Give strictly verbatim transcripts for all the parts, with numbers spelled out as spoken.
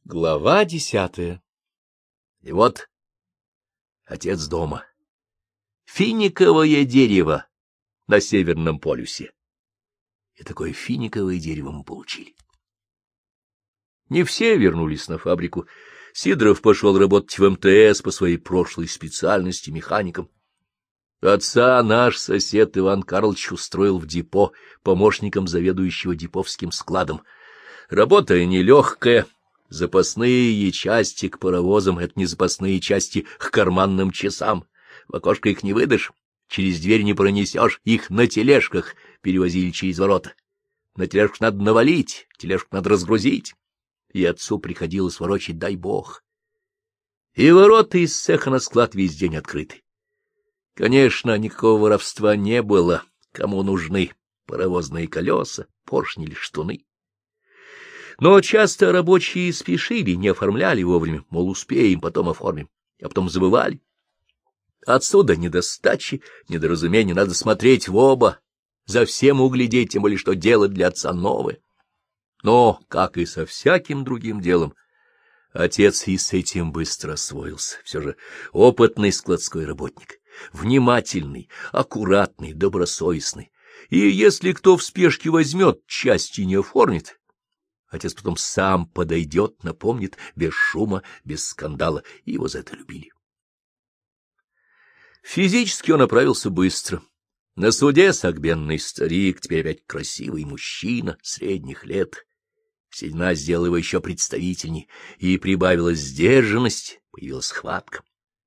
Глава десятая. И вот отец дома. Финиковое дерево на Северном полюсе. И такое финиковое дерево мы получили. Не все вернулись на фабрику. Сидоров пошел работать в эм тэ эс по своей прошлой специальности механиком. Отца наш сосед Иван Карлович устроил в депо помощником заведующего деповским складом. Работа нелегкая. Запасные части к паровозам — это не запасные части к карманным часам. В окошко их не выдашь, через дверь не пронесешь, их на тележках перевозили через ворота. На тележку надо навалить, тележку надо разгрузить. И отцу приходилось ворочать, дай бог. И ворота из цеха на склад весь день открыты. Конечно, никакого воровства не было. Кому нужны паровозные колеса, поршни или штуны? Но часто рабочие спешили, не оформляли вовремя, мол, успеем, потом оформим, а потом забывали. Отсюда недостачи, недоразумения, надо смотреть в оба, за всем углядеть, тем более, что дело для отца новое. Но, как и со всяким другим делом, отец и с этим быстро освоился. Все же опытный складской работник, внимательный, аккуратный, добросовестный. И если кто в спешке возьмет, части не оформит, отец потом сам подойдет, напомнит, без шума, без скандала, и его за это любили. Физически он оправился быстро. На суде согбенный старик, теперь опять красивый мужчина средних лет. Седина сделала его еще представительней, и прибавилась сдержанность, появилась хватка.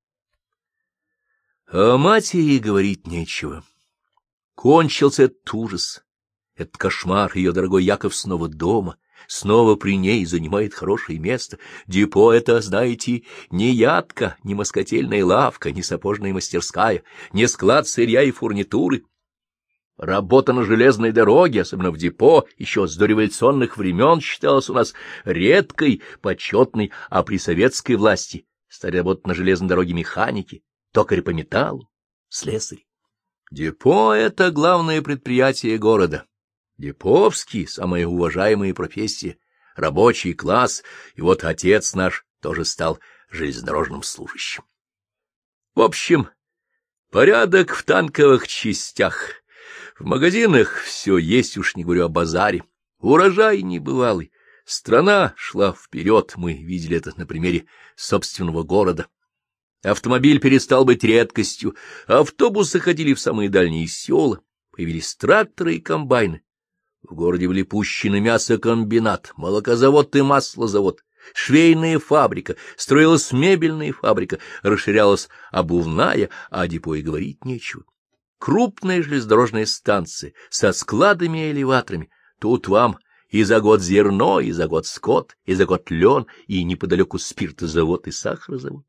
О матери говорить нечего. Кончился этот ужас, этот кошмар, ее дорогой Яков снова дома. Снова при ней занимает хорошее место. Депо — это, знаете, не ядка, не москотельная лавка, не сапожная мастерская, не склад сырья и фурнитуры. Работа на железной дороге, особенно в депо, еще с дореволюционных времен считалась у нас редкой, почетной, а при советской власти стали работать на железной дороге механики, токарь по металлу, слесарь. Депо — это главное предприятие города. Деповский — самая уважаемая профессия, рабочий класс, и вот отец наш тоже стал железнодорожным служащим. В общем, порядок в танковых частях. В магазинах все есть, уж не говорю о базаре. Урожай небывалый. Страна шла вперед, мы видели это на примере собственного города. Автомобиль перестал быть редкостью, автобусы ходили в самые дальние села, появились тракторы и комбайны. В городе были пущены мясокомбинат, молокозавод и маслозавод, швейная фабрика, строилась мебельная фабрика, расширялась обувная, а депо и говорить нечего. Крупная железнодорожная станция со складами и элеваторами. Тут вам и за год зерно, и за год скот, и за год лен, и неподалеку спиртозавод и сахарозавод.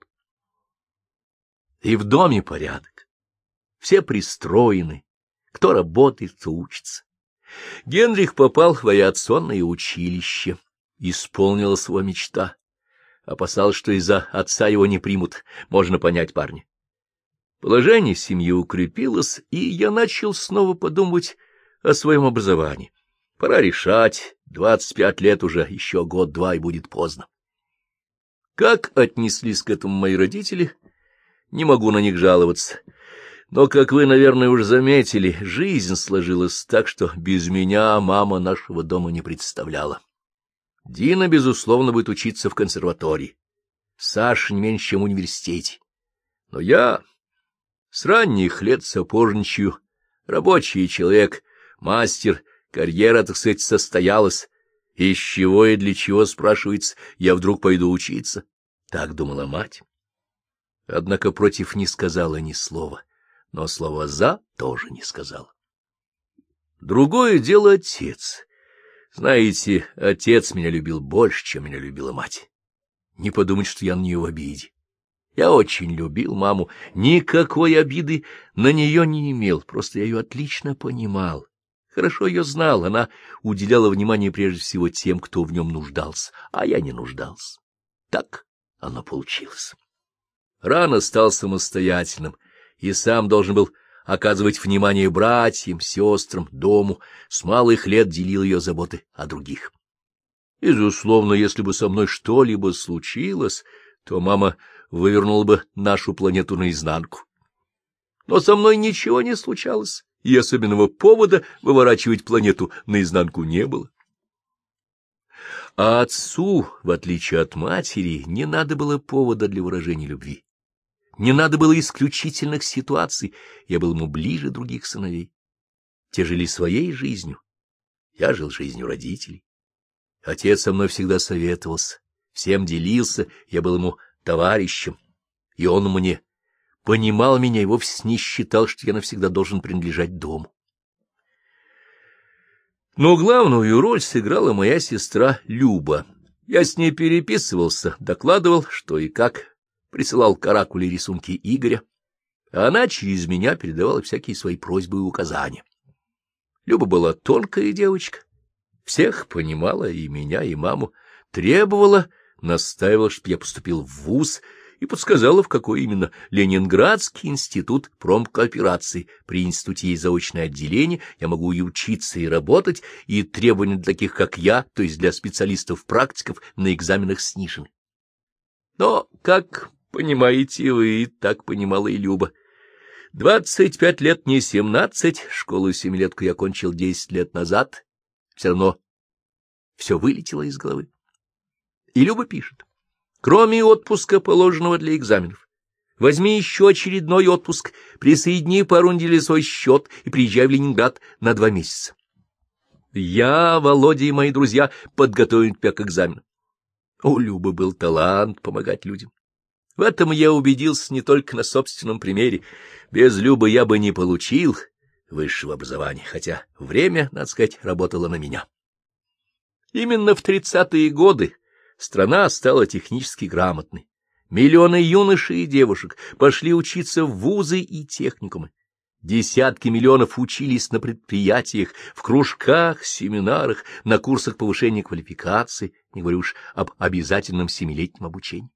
И в доме порядок. Все пристроены, кто работает, кто учится. Генрих попал в авиационное училище. Исполнилась его мечта. Опасался, что из-за отца его не примут. Можно понять парня. Положение семьи укрепилось, и я начал снова подумывать о своем образовании. Пора решать. Двадцать пять лет уже, еще год-два, и будет поздно. Как отнеслись к этому мои родители, не могу на них жаловаться. Но, как вы, наверное, уже заметили, жизнь сложилась так, что без меня мама нашего дома не представляла. Дина, безусловно, будет учиться в консерватории. Саша не меньше, чем в университете. Но я с ранних лет сапожничаю, рабочий человек, мастер, карьера, так сказать, состоялась. Из чего и для чего, спрашивается, я вдруг пойду учиться? Так думала мать. Однако против не сказала ни слова. Но слова «за» тоже не сказала. Другое дело отец. Знаете, отец меня любил больше, чем меня любила мать. Не подумать, что я на нее в обиде. Я очень любил маму, никакой обиды на нее не имел, просто я ее отлично понимал. Хорошо ее знал, она уделяла внимание прежде всего тем, кто в нем нуждался, а я не нуждался. Так оно получилось. Рано стал самостоятельным, и сам должен был оказывать внимание братьям, сестрам, дому, с малых лет делил ее заботы о других. Безусловно, если бы со мной что-либо случилось, то мама вывернула бы нашу планету наизнанку. Но со мной ничего не случалось, и особенного повода выворачивать планету наизнанку не было. А отцу, в отличие от матери, не надо было повода для выражения любви. Не надо было исключительных ситуаций, я был ему ближе других сыновей. Те жили своей жизнью, я жил жизнью родителей. Отец со мной всегда советовался, всем делился, я был ему товарищем, и он мне понимал меня и вовсе не считал, что я навсегда должен принадлежать дому. Но главную роль сыграла моя сестра Люба. Я с ней переписывался, докладывал, что и как, присылал каракули рисунки Игоря, а она через меня передавала всякие свои просьбы и указания. Люба была тонкая девочка, всех понимала, и меня, и маму, требовала, настаивала, чтобы я поступил в вуз, и подсказала, в какой именно Ленинградский институт промкооперации. При институте есть заочное отделение, я могу и учиться, и работать, и требования для таких, как я, то есть для специалистов-практиков, на экзаменах снижены. Но, как понимаете вы, так понимала и Люба. Двадцать пять лет не семнадцать, школу-семилетку я окончил десять лет назад, все равно все вылетело из головы. И Люба пишет: кроме отпуска, положенного для экзаменов, возьми еще очередной отпуск, присоедини пару недель свой счет и приезжай в Ленинград на два месяца. Я, Володя и мои друзья подготовим тебя к экзамену. У Любы был талант помогать людям. В этом я убедился не только на собственном примере. Без Любы я бы не получил высшего образования, хотя время, надо сказать, работало на меня. Именно в тридцатые годы страна стала технически грамотной. Миллионы юношей и девушек пошли учиться в вузы и техникумы. Десятки миллионов учились на предприятиях, в кружках, семинарах, на курсах повышения квалификации, не говорю уж об обязательном семилетнем обучении.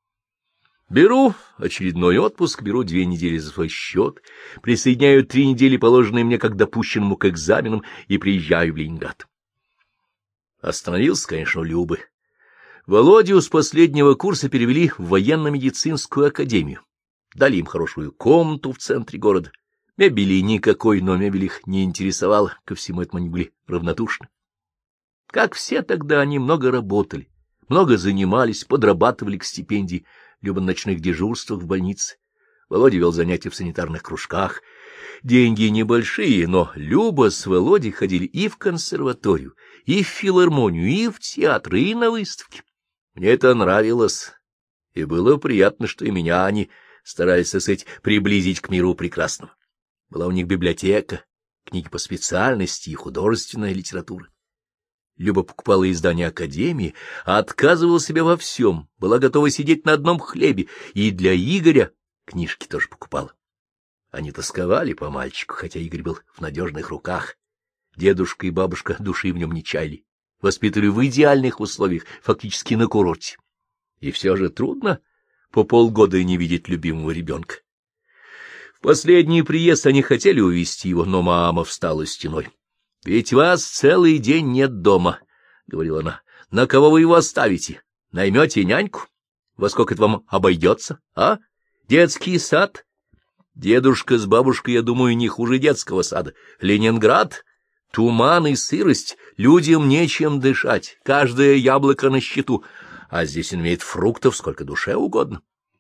Беру очередной отпуск, беру две недели за свой счет, присоединяю три недели, положенные мне как допущенному к экзаменам, и приезжаю в Ленинград. Остановился, конечно, у Любы. Володю с последнего курса перевели в военно-медицинскую академию. Дали им хорошую комнату в центре города. Мебели никакой, но мебель их не интересовала, ко всему этому они были равнодушны. Как все тогда, они много работали, много занимались, подрабатывали к стипендии, Люба на ночных дежурствах в больнице. Володя вел занятия в санитарных кружках. Деньги небольшие, но Люба с Володей ходили и в консерваторию, и в филармонию, и в театр, и на выставки. Мне это нравилось, и было приятно, что и меня они старались, так сказать, приблизить к миру прекрасному. Была у них библиотека, книги по специальности и художественная литература. Люба покупала издания академии, а отказывала себе во всем, была готова сидеть на одном хлебе, и для Игоря книжки тоже покупала. Они тосковали по мальчику, хотя Игорь был в надежных руках. Дедушка и бабушка души в нем не чаяли, воспитывали в идеальных условиях, фактически на курорте. И все же трудно по полгода и не видеть любимого ребенка. В последний приезд они хотели увезти его, но мама встала стеной. — Ведь вас целый день нет дома, — говорила она. — На кого вы его оставите? Наймете няньку? Во сколько это вам обойдется, а? Детский сад? Дедушка с бабушкой, я думаю, не хуже детского сада. Ленинград? Туман и сырость, людям нечем дышать, каждое яблоко на счету, а здесь он имеет фруктов сколько душе угодно.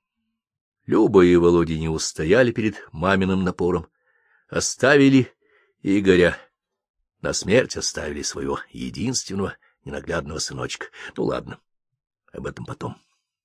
Люба и Володя не устояли перед маминым напором, оставили Игоря, на смерть оставили своего единственного ненаглядного сыночка. Ну ладно, об этом потом.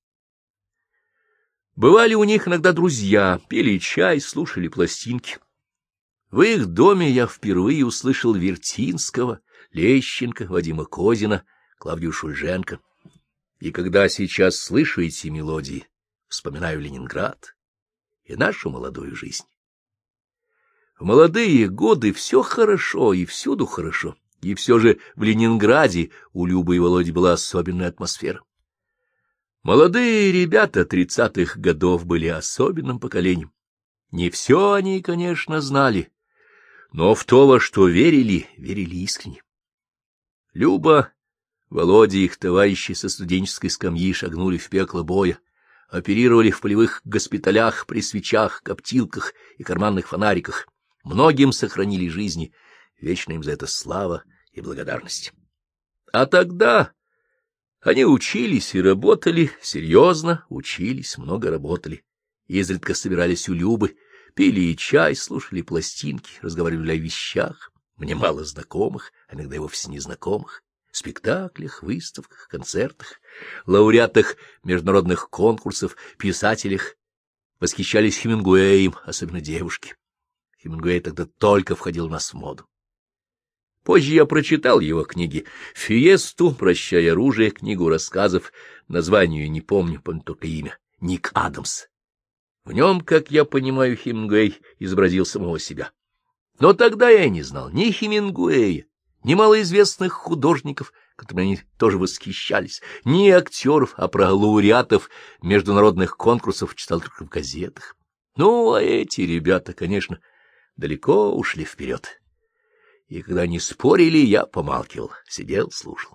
Бывали у них иногда друзья, пили чай, слушали пластинки. В их доме я впервые услышал Вертинского, Лещенко, Вадима Козина, Клавдию Шульженко. И когда сейчас слышу эти мелодии, вспоминаю Ленинград и нашу молодую жизнь. В молодые годы все хорошо и всюду хорошо, и все же в Ленинграде у Любы и Володи была особенная атмосфера. Молодые ребята тридцатых годов были особенным поколением. Не все они, конечно, знали, но в то, во что верили, верили искренне. Люба Володя и их товарищи со студенческой скамьи шагнули в пекло боя, оперировали в полевых госпиталях при свечах, коптилках и карманных фонариках. Многим сохранили жизни, вечно им за это слава и благодарность. А тогда они учились и работали, серьезно учились, много работали. Изредка собирались у Любы, пили и чай, слушали пластинки, разговаривали о вещах, мне мало знакомых, а иногда и вовсе незнакомых, спектаклях, выставках, концертах, лауреатах международных конкурсов, писателях. Восхищались Хемингуэем, особенно девушки. Хемингуэй тогда только входил в нас в моду. Позже я прочитал его книги «Фиесту», «Прощай оружие», книгу рассказов, название не помню, помню только имя, Ник Адамс. В нем, как я понимаю, Хемингуэй изобразил самого себя. Но тогда я не знал ни Хемингуэя, ни малоизвестных художников, которыми они тоже восхищались, ни актеров, а про лауреатов международных конкурсов читал только в газетах. Ну, а эти ребята, конечно, далеко ушли вперед. И когда они спорили, я помалкивал, сидел, слушал.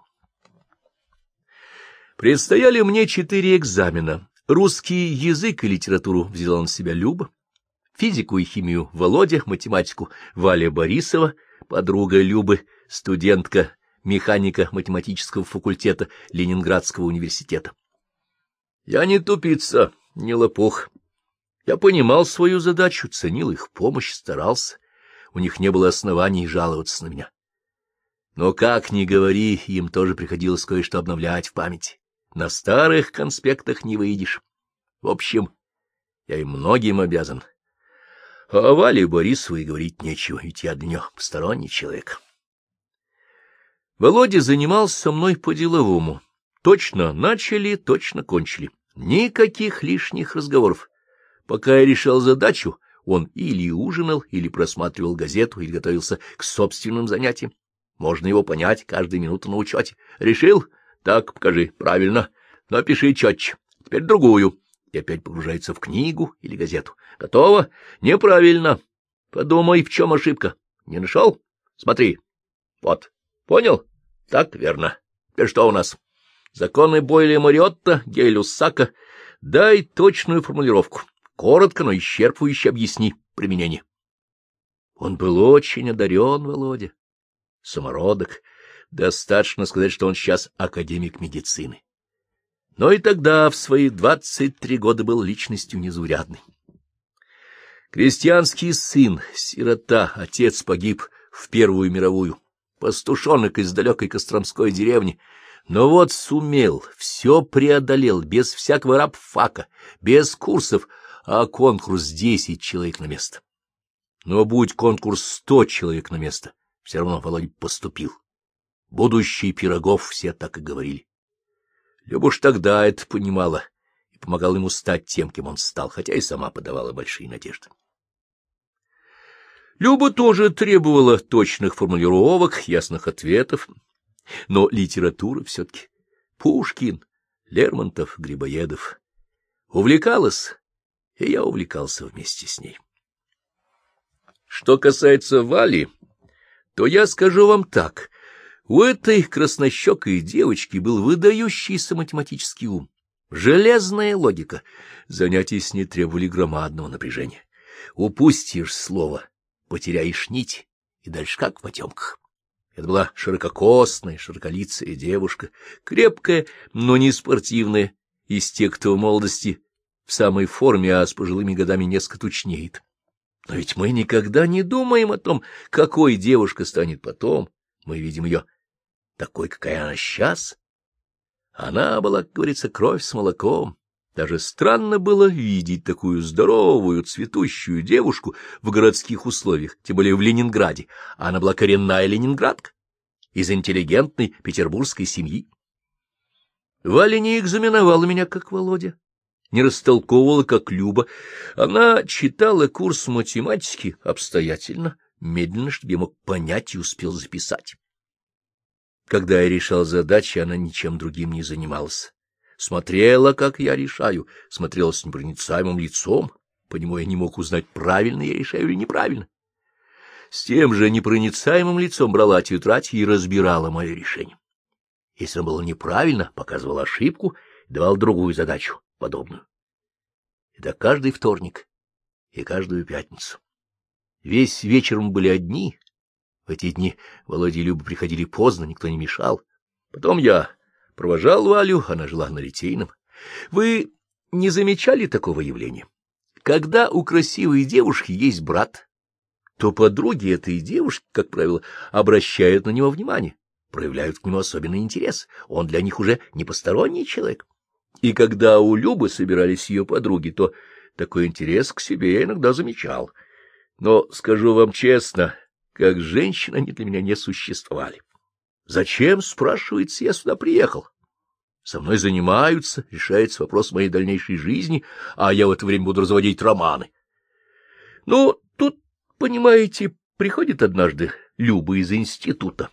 Предстояли мне четыре экзамена. Русский язык и литературу взяла на себя Люба, физику и химию Володя, математику Валя Борисова, подруга Любы, студентка механика математического факультета Ленинградского университета. Я не тупица, не лопух. Я понимал свою задачу, ценил их помощь, старался. У них не было оснований жаловаться на меня. Но как ни говори, им тоже приходилось кое-что обновлять в памяти. На старых конспектах не выйдешь. В общем, я им многим обязан. А о Вале Борисовой говорить нечего, ведь я для нее посторонний человек. Володя занимался со мной по-деловому. Точно начали, точно кончили. Никаких лишних разговоров. Пока я решал задачу, он или ужинал, или просматривал газету, или готовился к собственным занятиям. Можно его понять, каждую минуту на учете. Решил? Так, покажи. Правильно. Напиши четче. Теперь другую. И опять погружается в книгу или газету. Готово? Неправильно. Подумай, в чем ошибка. Не нашел? Смотри. Вот. Понял? Так, верно. Теперь что у нас? Законы Бойля-Мориотта, Гей-Люссака. Дай точную формулировку. Коротко, но исчерпывающе объясни применение. Он был очень одарен, Володя. Самородок. Достаточно сказать, что он сейчас академик медицины. Но и тогда, в свои двадцать три года, был личностью незаурядной. Крестьянский сын, сирота, отец погиб в Первую мировую, пастушонок из далекой Костромской деревни, но вот сумел, все преодолел, без всякого рабфака, без курсов, а конкурс десять человек на место. Но будь конкурс сто человек на место, все равно Володя поступил. Будущий Пирогов все так и говорили. Люба уж тогда это понимала и помогала ему стать тем, кем он стал, хотя и сама подавала большие надежды. Люба тоже требовала точных формулировок, ясных ответов, но литература все-таки Пушкин, Лермонтов, Грибоедов. Увлекалась, и я увлекался вместе с ней. Что касается Вали, то я скажу вам так. У этой краснощекой девочки был выдающийся математический ум, железная логика. Занятия с ней требовали громадного напряжения. Упустишь слово, потеряешь нить, и дальше как в потемках. Это была ширококосная, широколицая девушка, крепкая, но не спортивная, из тех, кто в молодости в самой форме, а с пожилыми годами несколько тучнеет. Но ведь мы никогда не думаем о том, какой девушка станет потом. Мы видим ее такой, какая она сейчас. Она была, как говорится, кровь с молоком. Даже странно было видеть такую здоровую, цветущую девушку в городских условиях, тем более в Ленинграде. Она была коренная ленинградка, из интеллигентной петербургской семьи. Валя не экзаменовала меня, как Володя, не растолковывала, как Люба. Она читала курс математики обстоятельно, медленно, чтобы я мог понять и успел записать. Когда я решал задачи, она ничем другим не занималась. Смотрела, как я решаю, смотрела с непроницаемым лицом, по нему я не мог узнать, правильно я решаю или неправильно. С тем же непроницаемым лицом брала тетрадь и разбирала мое решение. Если оно было неправильно, показывал ошибку и давал другую задачу, подобную. Это каждый вторник и каждую пятницу. Весь вечер мы были одни. В эти дни Володя и Люба приходили поздно, никто не мешал. Потом я провожал Валю, она жила на Литейном. Вы не замечали такого явления? Когда у красивой девушки есть брат, то подруги этой девушки, как правило, обращают на него внимание, проявляют к нему особенный интерес. Он для них уже не посторонний человек. И когда у Любы собирались ее подруги, то такой интерес к себе я иногда замечал. Но, скажу вам честно, как женщины они для меня не существовали. Зачем, спрашивается, я сюда приехал? Со мной занимаются, решается вопрос моей дальнейшей жизни, а я в это время буду разводить романы. Ну, тут, понимаете, приходит однажды Люба из института.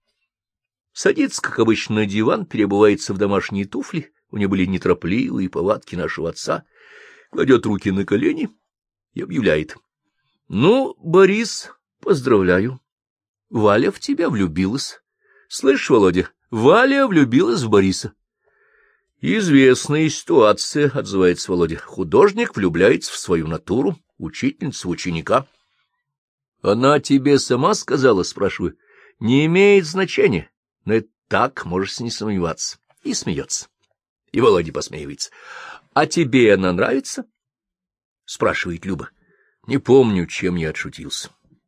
Садится, как обычно, на диван, переобувается в домашние туфли, у нее были неторопливые повадки нашего отца, кладет руки на колени и объявляет. — Ну, Борис, поздравляю, Валя в тебя влюбилась. Слышь, Володя, Валя влюбилась в Бориса. — Известная ситуация, — отзывается Володя. Художник влюбляется в свою натуру, учительница в ученика. — Она тебе сама сказала, спрашиваю. — Не имеет значения, но это так, можешь не сомневаться. И смеется. И Володя посмеивается. — А тебе она нравится? — спрашивает Люба. Не помню, чем я отшутился.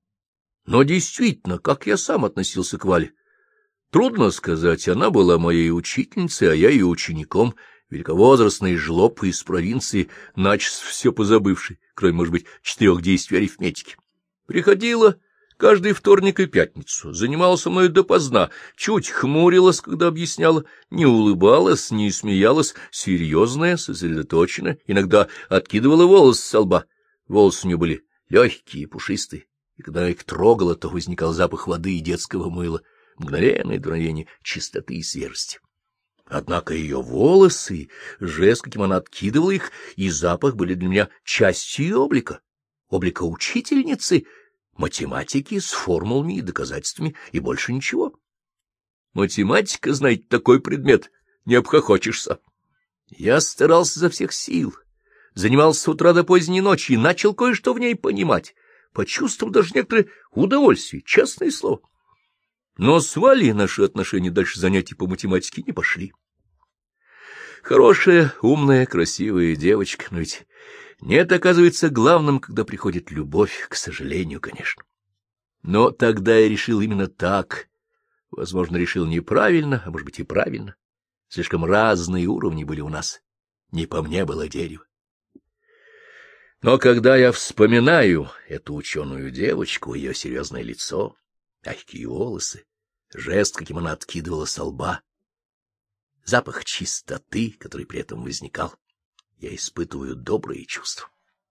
Но действительно, как я сам относился к Вале? Трудно сказать, она была моей учительницей, а я ее учеником, великовозрастный жлоб из провинции, начисто все позабывший, кроме, может быть, четырех действий арифметики. Приходила каждый вторник и пятницу, занималась со мной допоздна, чуть хмурилась, когда объясняла, не улыбалась, не смеялась, серьезная, сосредоточенная, иногда откидывала волосы со лба. Волосы у нее были легкие и пушистые, и когда она их трогала, то возникал запах воды и детского мыла, мгновенное дуновение чистоты и свежести. Однако ее волосы, жест, каким она откидывала их, и запах были для меня частью ее облика, облика учительницы, математики с формулами и доказательствами, и больше ничего. Математика, знаете, такой предмет, не обхохочешься. Я старался изо всех сил, занимался с утра до поздней ночи и начал кое-что в ней понимать, почувствовал даже некоторое удовольствие, честное слово. Но с Валей наши отношения дальше занятий по математике не пошли. Хорошая, умная, красивая девочка, но ведь нет, оказывается, главным, когда приходит любовь, к сожалению, конечно. Но тогда я решил именно так. Возможно, решил неправильно, а может быть и правильно. Слишком разные уровни были у нас. Не по мне было дерево. Но когда я вспоминаю эту ученую девочку, ее серьезное лицо, мягкие волосы, жест, каким она откидывала со лба, запах чистоты, который при этом возникал, я испытываю добрые чувства.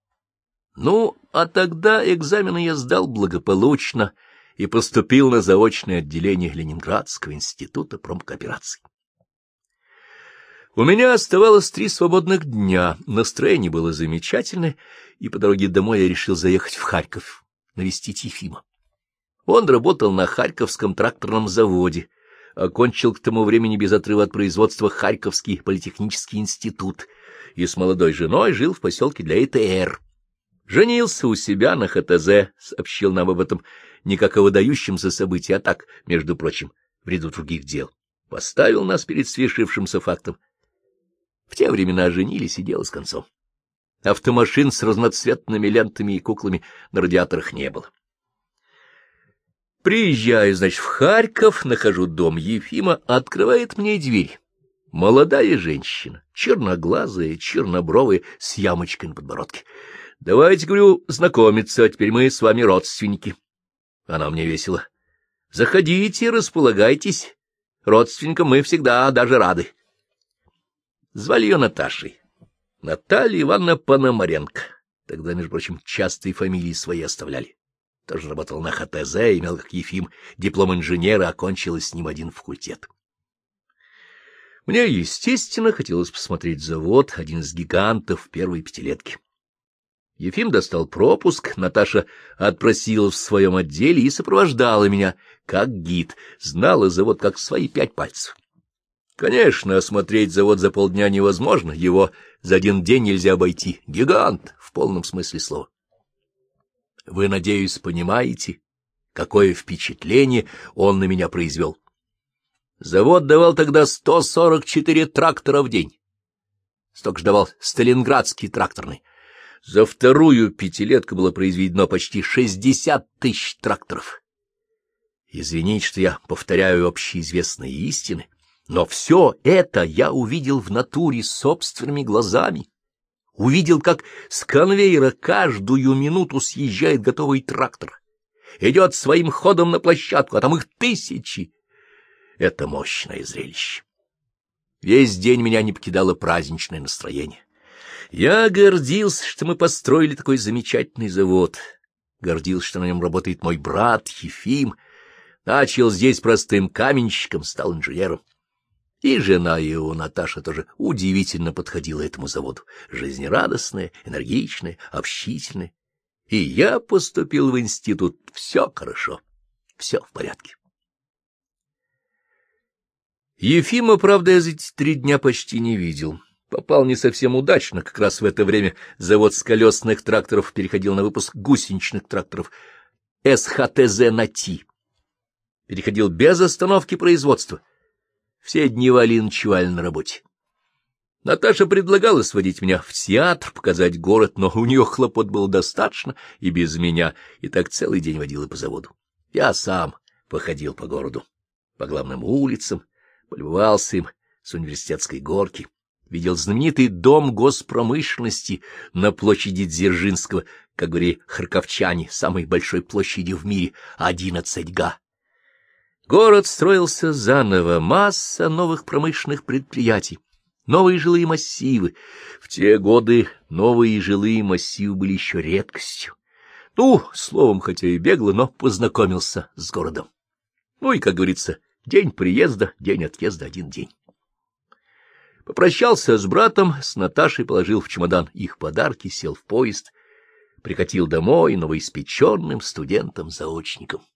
Ну, а тогда экзамены я сдал благополучно и поступил на заочное отделение Ленинградского института промкоопераций. У меня оставалось три свободных дня, настроение было замечательное, и по дороге домой я решил заехать в Харьков, навестить Ефима. Он работал на Харьковском тракторном заводе, окончил к тому времени без отрыва от производства Харьковский политехнический институт и с молодой женой жил в поселке для э тэ эр. Женился у себя на ха тэ зэ, сообщил нам об этом не как о выдающемся событии, а так, между прочим, в ряду других дел. Поставил нас перед свершившимся фактом. В те времена женились, и дело с концом. Автомашин с разноцветными лентами и куклами на радиаторах не было. Приезжаю, значит, в Харьков, нахожу дом Ефима, открывает мне дверь. Молодая женщина, черноглазая, чернобровая, с ямочкой на подбородке. — Давайте, говорю, знакомиться, а теперь мы с вами родственники. Она мне весело. — Заходите, располагайтесь. Родственникам мы всегда даже рады. Звали ее Наташей. Наталья Ивановна Пономаренко. Тогда, между прочим, частые фамилии свои оставляли. Тоже работал на ха тэ зэ, имел, как Ефим, диплом инженера, окончил с ним один факультет. Мне, естественно, хотелось посмотреть завод, один из гигантов первой пятилетки. Ефим достал пропуск, Наташа отпросила в своем отделе и сопровождала меня, как гид, знала завод как свои пять пальцев. Конечно, осмотреть завод за полдня невозможно, его за один день нельзя обойти. Гигант в полном смысле слова. Вы, надеюсь, понимаете, какое впечатление он на меня произвел. Завод давал тогда сто сорок четыре трактора в день. Столько же давал Сталинградский тракторный. За вторую пятилетку было произведено почти шестьдесят тысяч тракторов. Извините, что я повторяю общеизвестные истины, но все это я увидел в натуре собственными глазами. Увидел, как с конвейера каждую минуту съезжает готовый трактор, идет своим ходом на площадку, а там их тысячи. Это мощное зрелище. Весь день меня не покидало праздничное настроение. Я гордился, что мы построили такой замечательный завод. Гордился, что на нем работает мой брат Ефим. Начал здесь простым каменщиком, стал инженером. И жена его, Наташа, тоже удивительно подходила этому заводу. Жизнерадостная, энергичная, общительная. И я поступил в институт. Все хорошо, все в порядке. Ефима, правда, я за эти три дня почти не видел. Попал не совсем удачно. Как раз в это время завод с колесных тракторов переходил на выпуск гусеничных тракторов эс ха тэ зэ на Ти. Переходил без остановки производства. Все дневали и ночевали на работе. Наташа предлагала сводить меня в театр, показать город, но у нее хлопот было достаточно и без меня, и так целый день водила по заводу. Я сам походил по городу, по главным улицам, полюбовался им с университетской горки, видел знаменитый дом госпромышленности на площади Дзержинского, как говорили харьковчане, самой большой площадью в мире, одиннадцать га. Город строился заново, масса новых промышленных предприятий, новые жилые массивы. В те годы новые жилые массивы были еще редкостью. Ну, словом, хотя и бегло, но познакомился с городом. Ну и, как говорится, день приезда, день отъезда, один день. Попрощался с братом, с Наташей, положил в чемодан их подарки, сел в поезд, прикатил домой новоиспеченным студентом-заочником.